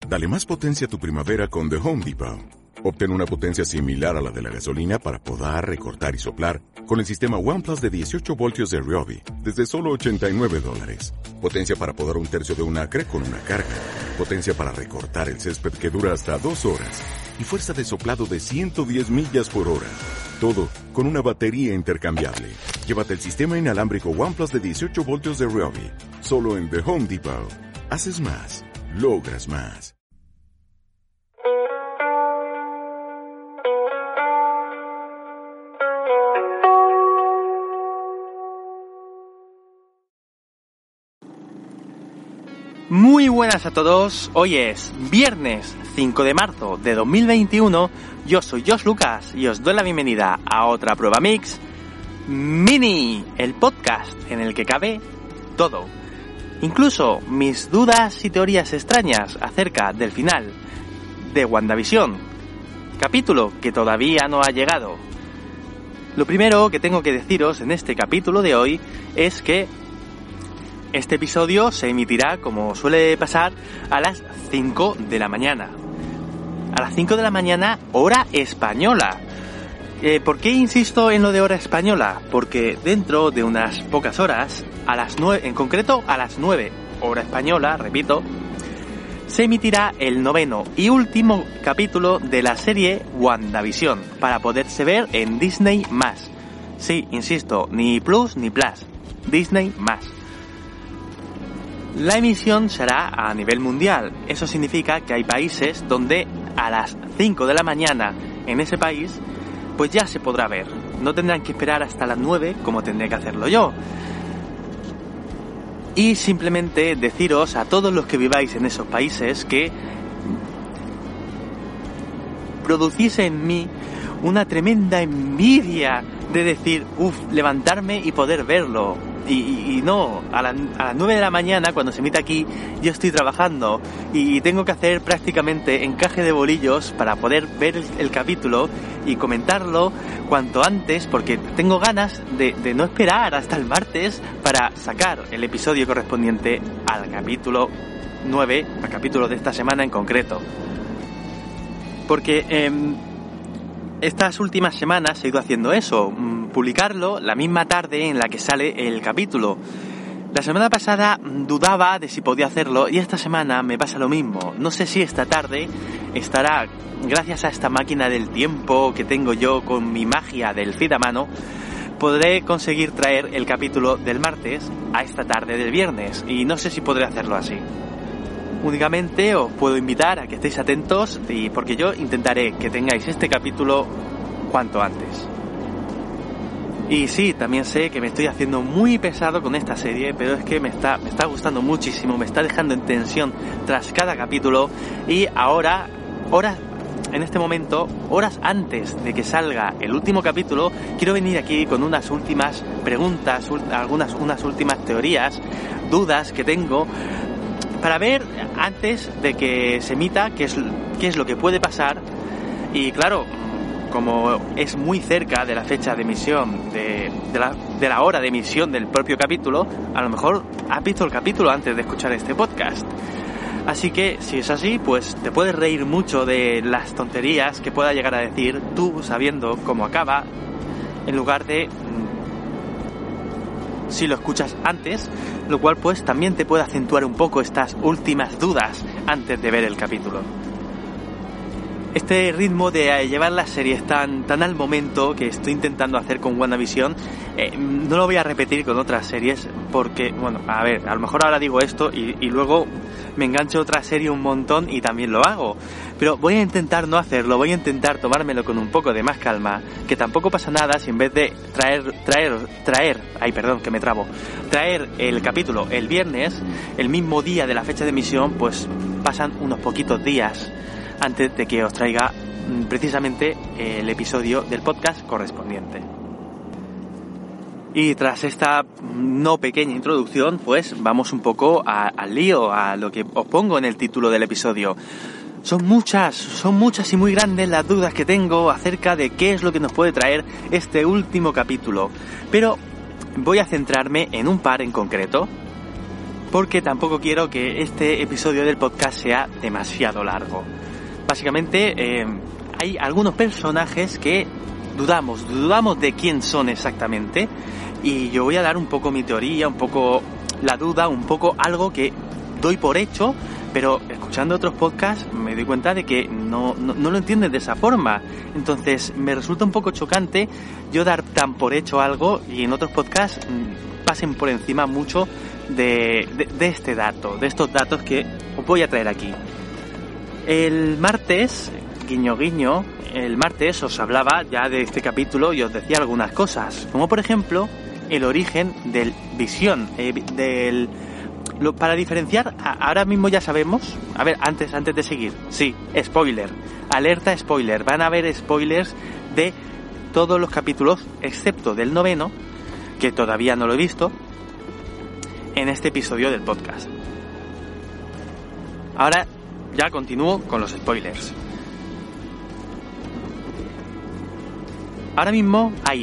Dale más potencia a tu primavera con The Home Depot. Obtén una potencia similar a la de la gasolina para podar, recortar y soplar con el sistema OnePlus de 18 voltios de Ryobi desde solo $89. Potencia para podar un tercio de un acre con una carga. Potencia para recortar el césped que dura hasta 2 horas. Y fuerza de soplado de 110 millas por hora. Todo con una batería intercambiable. Llévate el sistema inalámbrico OnePlus de 18 voltios de Ryobi. Solo en The Home Depot. Haces más. Logras más. Muy buenas a todos, hoy es viernes 5 de marzo de 2021, yo soy Josh Lucas y os doy la bienvenida a otra prueba mix mini, el podcast en el que cabe todo, incluso mis dudas y teorías extrañas acerca del final de WandaVision, capítulo que todavía no ha llegado. Lo primero que tengo que deciros en este capítulo de hoy es que este episodio se emitirá, como suele pasar, a las 5 de la mañana. A las 5 de la mañana, hora española. ¿Por qué insisto en lo de hora española? Porque dentro de unas pocas horas, a las 9, en concreto a las 9, hora española, repito, se emitirá el 9º y último capítulo de la serie WandaVision, para poderse ver en Disney+. Sí, insisto, ni Plus ni Plus, Disney+. La emisión será a nivel mundial. Eso significa que hay países donde a las 5 de la mañana en ese país pues ya se podrá ver. No tendrán que esperar hasta las 9 como tendré que hacerlo yo. Y simplemente deciros a todos los que viváis en esos países que producís en mí una tremenda envidia de decir, levantarme y poder verlo. Y no, a las 9 de la mañana, cuando se emite aquí, yo estoy trabajando y tengo que hacer prácticamente encaje de bolillos para poder ver el capítulo y comentarlo cuanto antes, porque tengo ganas de no esperar hasta el martes para sacar el episodio correspondiente al capítulo 9, al capítulo de esta semana en concreto. Porque estas últimas semanas he ido haciendo eso, publicarlo la misma tarde en la que sale el capítulo. La semana pasada dudaba de si podía hacerlo y esta semana me pasa lo mismo. No sé si esta tarde estará, gracias a esta máquina del tiempo que tengo yo con mi magia del feed a mano, podré conseguir traer el capítulo del martes a esta tarde del viernes y no sé si podré hacerlo así. Únicamente os puedo invitar a que estéis atentos y porque yo intentaré que tengáis este capítulo cuanto antes. Y sí, también sé que me estoy haciendo muy pesado con esta serie, pero es que me está gustando muchísimo, me está dejando en tensión tras cada capítulo y ahora, en este momento, horas antes de que salga el último capítulo, quiero venir aquí con unas últimas preguntas, unas últimas teorías, dudas que tengo, para ver antes de que se emita qué es lo que puede pasar. Y claro, como es muy cerca de la fecha de emisión, de la hora de emisión del propio capítulo, a lo mejor has visto el capítulo antes de escuchar este podcast. Así que, si es así, pues te puedes reír mucho de las tonterías que pueda llegar a decir tú sabiendo cómo acaba, en lugar de si lo escuchas antes, lo cual pues también te puede acentuar un poco estas últimas dudas antes de ver el capítulo. Este ritmo de llevar las series tan al momento que estoy intentando hacer con WandaVision, no lo voy a repetir con otras series porque, bueno, a ver, a lo mejor ahora digo esto y luego me engancho otra serie un montón y también lo hago. Pero voy a intentar no hacerlo, voy a intentar tomármelo con un poco de más calma, que tampoco pasa nada si en vez de traer el capítulo el viernes, el mismo día de la fecha de emisión, pues pasan unos poquitos días antes de que os traiga precisamente el episodio del podcast correspondiente. Y tras esta no pequeña introducción, pues vamos un poco al lío, a lo que os pongo en el título del episodio. Son muchas y muy grandes las dudas que tengo acerca de qué es lo que nos puede traer este último capítulo. Pero voy a centrarme en un par en concreto. porque tampoco quiero que este episodio del podcast sea demasiado largo. Básicamente hay algunos personajes que dudamos de quién son exactamente, y yo voy a dar un poco mi teoría, un poco la duda, un poco algo que doy por hecho, pero escuchando otros podcasts me doy cuenta de que no lo entienden de esa forma. Entonces me resulta un poco chocante yo dar tan por hecho algo y en otros podcasts pasen por encima mucho de este dato, de estos datos que os voy a traer aquí. El martes, guiño guiño, el martes os hablaba ya de este capítulo y os decía algunas cosas, como por ejemplo el origen del Visión, para diferenciar, ahora mismo ya sabemos, a ver, antes de seguir, sí, spoiler, alerta spoiler, van a haber spoilers de todos los capítulos, excepto del 9º, que todavía no lo he visto, en este episodio del podcast. Ahora ya continúo con los spoilers. Ahora mismo hay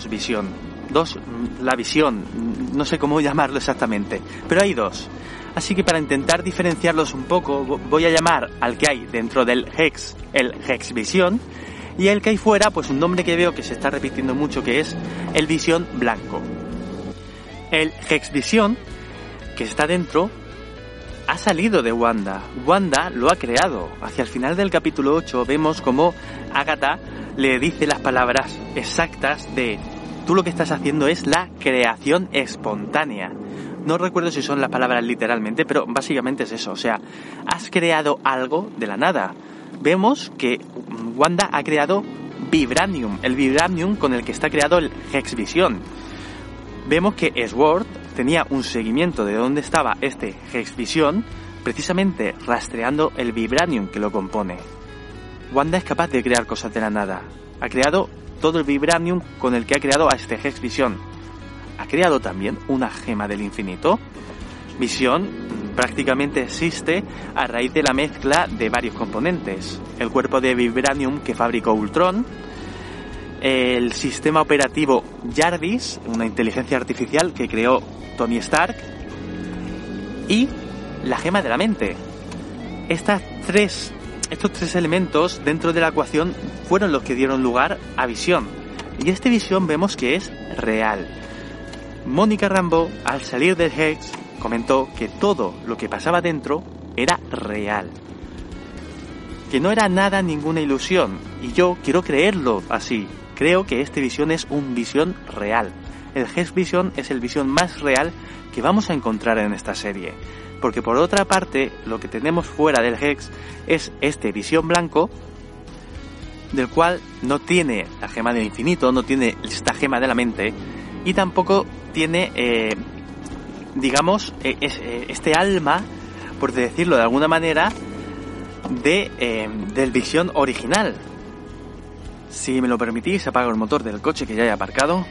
la visión, no sé cómo llamarlo exactamente, pero hay dos. Así que para intentar diferenciarlos un poco, voy a llamar al que hay dentro del Hex, el Hex Visión, y el que hay fuera, pues un nombre que veo que se está repitiendo mucho, que es el Visión Blanco. El Hex Visión, que está dentro, ha salido de Wanda. Wanda lo ha creado. Hacia el final del capítulo 8 vemos como Agatha le dice las palabras exactas de: tú lo que estás haciendo es la creación espontánea. No recuerdo si son las palabras literalmente, pero básicamente es eso. O sea, has creado algo de la nada. Vemos que Wanda ha creado Vibranium, el Vibranium con el que está creado el Hex Visión. Vemos que Sword tenía un seguimiento de dónde estaba este Hex Visión, precisamente rastreando el Vibranium que lo compone. Wanda es capaz de crear cosas de la nada. Ha creado todo el Vibranium con el que ha creado a este Hex Visión. Ha creado también una gema del infinito. Visión prácticamente existe a raíz de la mezcla de varios componentes. El cuerpo de Vibranium que fabricó Ultron, el sistema operativo Jarvis, una inteligencia artificial que creó Tony Stark, y la gema de la mente. Estos tres elementos dentro de la ecuación fueron los que dieron lugar a Visión. Y este Visión vemos que es real. Mónica Rambeau, al salir del Hex, comentó que todo lo que pasaba dentro era real. Que no era nada, ninguna ilusión. Y yo quiero creerlo así. Creo que este Visión es un Visión real. El Hex Visión es el Visión más real que vamos a encontrar en esta serie. Porque por otra parte, lo que tenemos fuera del Hex es este Visión Blanco, del cual no tiene la gema del infinito, no tiene esta gema de la mente, y tampoco tiene, este alma, por decirlo de alguna manera, del Visión original. Si me lo permitís, apago el motor del coche que ya he aparcado.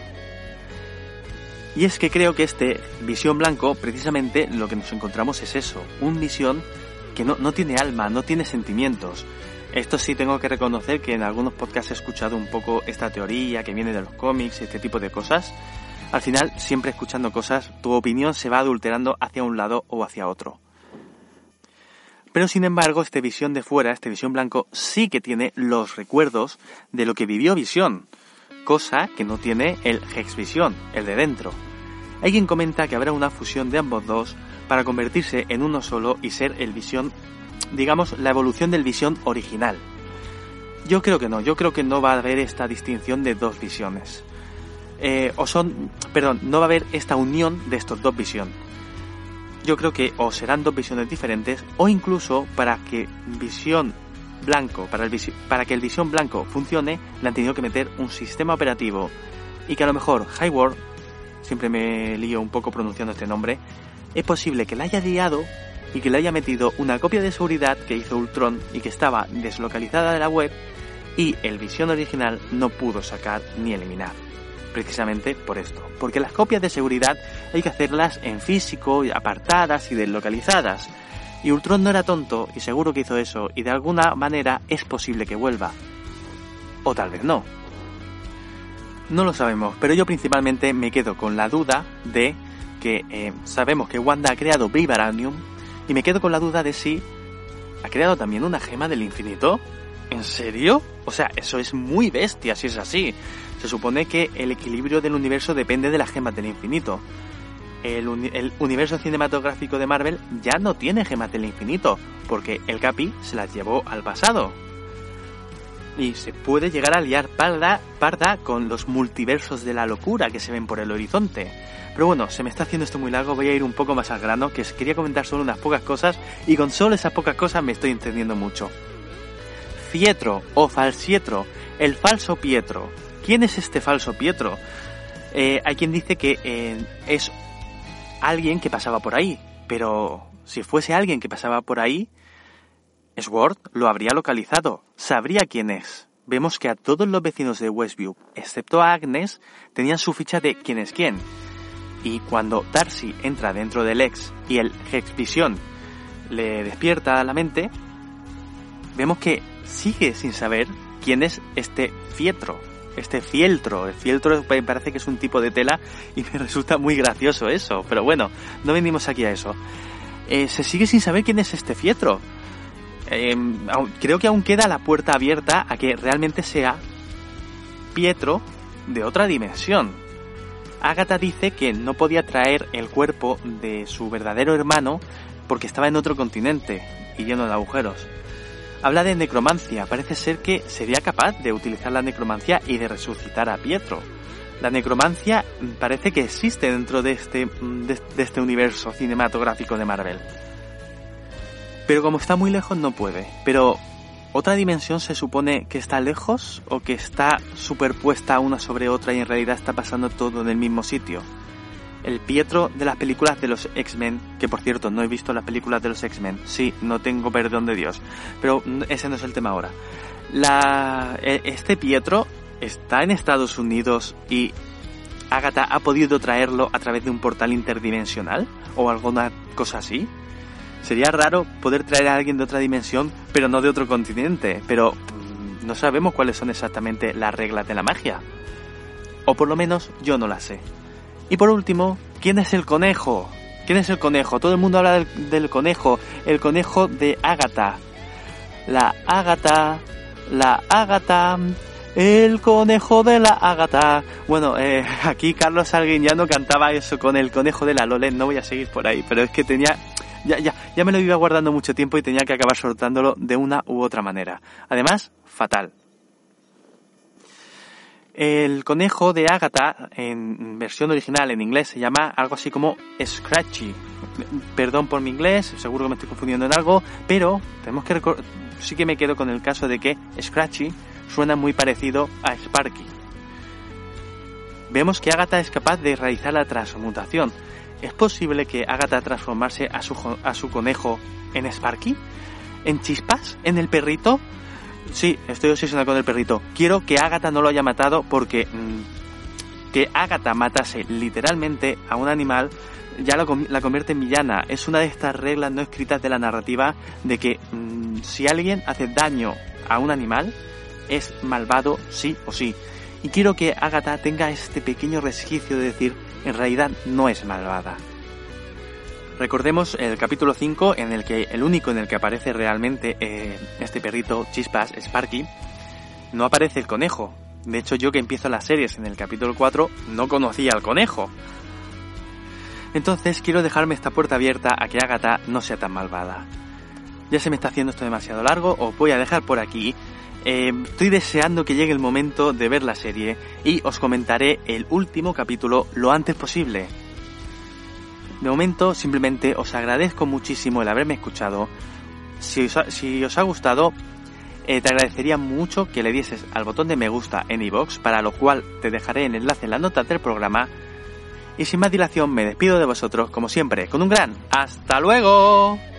Y es que creo que este Visión Blanco, precisamente lo que nos encontramos es eso, un Visión que no tiene alma, no tiene sentimientos. Esto sí tengo que reconocer que en algunos podcasts he escuchado un poco esta teoría que viene de los cómics, este tipo de cosas. Al final, siempre escuchando cosas, tu opinión se va adulterando hacia un lado o hacia otro. Pero sin embargo, este Visión de fuera, este Visión Blanco, sí que tiene los recuerdos de lo que vivió Visión, cosa que no tiene el Hex Visión, el de dentro. Hay quien comenta que habrá una fusión de ambos dos para convertirse en uno solo y ser el Visión, digamos, la evolución del Visión original. Yo creo que no va a haber esta distinción de dos visiones. No va a haber esta unión de estos dos Visión. Yo creo que o serán dos visiones diferentes, o incluso para que Visión Blanco, para que el Visión Blanco funcione, le han tenido que meter un sistema operativo, y que a lo mejor Hayward, siempre me lío un poco pronunciando este nombre, es posible que la haya liado y que le haya metido una copia de seguridad que hizo Ultron y que estaba deslocalizada de la web, y el Visión original no pudo sacar ni eliminar. Precisamente por esto, porque las copias de seguridad hay que hacerlas en físico, apartadas y deslocalizadas, y Ultron no era tonto y seguro que hizo eso, y de alguna manera es posible que vuelva, o tal vez no. No lo sabemos, pero yo principalmente me quedo con la duda de que sabemos que Wanda ha creado Vibranium y me quedo con la duda de si ha creado también una gema del infinito. ¿En serio? O sea, eso es muy bestia si es así. Se supone que el equilibrio del universo depende de las gemas del infinito. El universo cinematográfico de Marvel ya no tiene gemas del infinito, porque el Capi se las llevó al pasado. Y se puede llegar a liar parda con los multiversos de la locura que se ven por el horizonte. Pero bueno, se me está haciendo esto muy largo, voy a ir un poco más al grano, que os quería comentar solo unas pocas cosas, y con solo esas pocas cosas me estoy entendiendo mucho. Fietro o Falsietro, el falso Pietro. ¿Quién es este falso Pietro? Hay quien dice que es alguien que pasaba por ahí, pero si fuese alguien que pasaba por ahí, Sword lo habría localizado, sabría quién es. Vemos que a todos los vecinos de Westview, excepto a Agnes, tenían su ficha de quién es quién. Y cuando Darcy entra dentro del Hex y el Hexvision le despierta la mente, vemos que sigue sin saber quién es este Fietro. Este fieltro. El fieltro me parece que es un tipo de tela y me resulta muy gracioso eso. Pero bueno, no venimos aquí a eso. Se sigue sin saber quién es este fietro. Creo que aún queda la puerta abierta a que realmente sea Pietro de otra dimensión. Agatha dice que no podía traer el cuerpo de su verdadero hermano porque estaba en otro continente y lleno de agujeros. Habla de necromancia, parece ser que sería capaz de utilizar la necromancia y de resucitar a Pietro. La necromancia parece que existe dentro de este universo cinematográfico de Marvel. Pero como está muy lejos no puede. Pero, ¿otra dimensión se supone que está lejos o que está superpuesta una sobre otra y en realidad está pasando todo en el mismo sitio? El Pietro de las películas de los X-Men, que por cierto no he visto las películas de los X-Men, sí, no tengo perdón de Dios, pero ese no es el tema ahora. Este Pietro está en Estados Unidos y Agatha ha podido traerlo a través de un portal interdimensional o alguna cosa así. Sería raro poder traer a alguien de otra dimensión, pero no de otro continente, pero no sabemos cuáles son exactamente las reglas de la magia. O por lo menos yo no las sé. Y por último, ¿quién es el conejo? ¿Quién es el conejo? Todo el mundo habla del conejo, el conejo de Agatha. La Agatha, el conejo de la Agatha. Bueno, aquí Carlos Arguiñano cantaba eso con el conejo de la Lole, no voy a seguir por ahí, pero es que ya me lo iba guardando mucho tiempo y tenía que acabar soltándolo de una u otra manera. Además, fatal. El conejo de Agatha, en versión original en inglés, se llama algo así como Scratchy. Perdón por mi inglés, seguro que me estoy confundiendo en algo, pero tenemos que sí que me quedo con el caso de que Scratchy suena muy parecido a Sparky. Vemos que Agatha es capaz de realizar la transmutación. ¿Es posible que Agatha transformarse a su conejo en Sparky? ¿En Chispas? ¿En el perrito? Sí, estoy obsesionado con el perrito. Quiero que Agatha no lo haya matado porque que Agatha matase literalmente a un animal ya la convierte en villana. Es una de estas reglas no escritas de la narrativa de que si alguien hace daño a un animal es malvado sí o sí. Y quiero que Agatha tenga este pequeño resquicio de decir en realidad no es malvada. Recordemos el capítulo 5 en el que el único en el que aparece realmente este perrito Chispas, Sparky, no aparece el conejo. De hecho, yo que empiezo las series en el capítulo 4 no conocía al conejo. Entonces quiero dejarme esta puerta abierta a que Agatha no sea tan malvada. Ya se me está haciendo esto demasiado largo, os voy a dejar por aquí. Estoy deseando que llegue el momento de ver la serie y os comentaré el último capítulo lo antes posible. De momento, simplemente os agradezco muchísimo el haberme escuchado. Si os ha gustado, te agradecería mucho que le dieses al botón de me gusta en iVoox, para lo cual te dejaré el enlace en las notas del programa. Y sin más dilación, me despido de vosotros, como siempre, con un gran ¡hasta luego!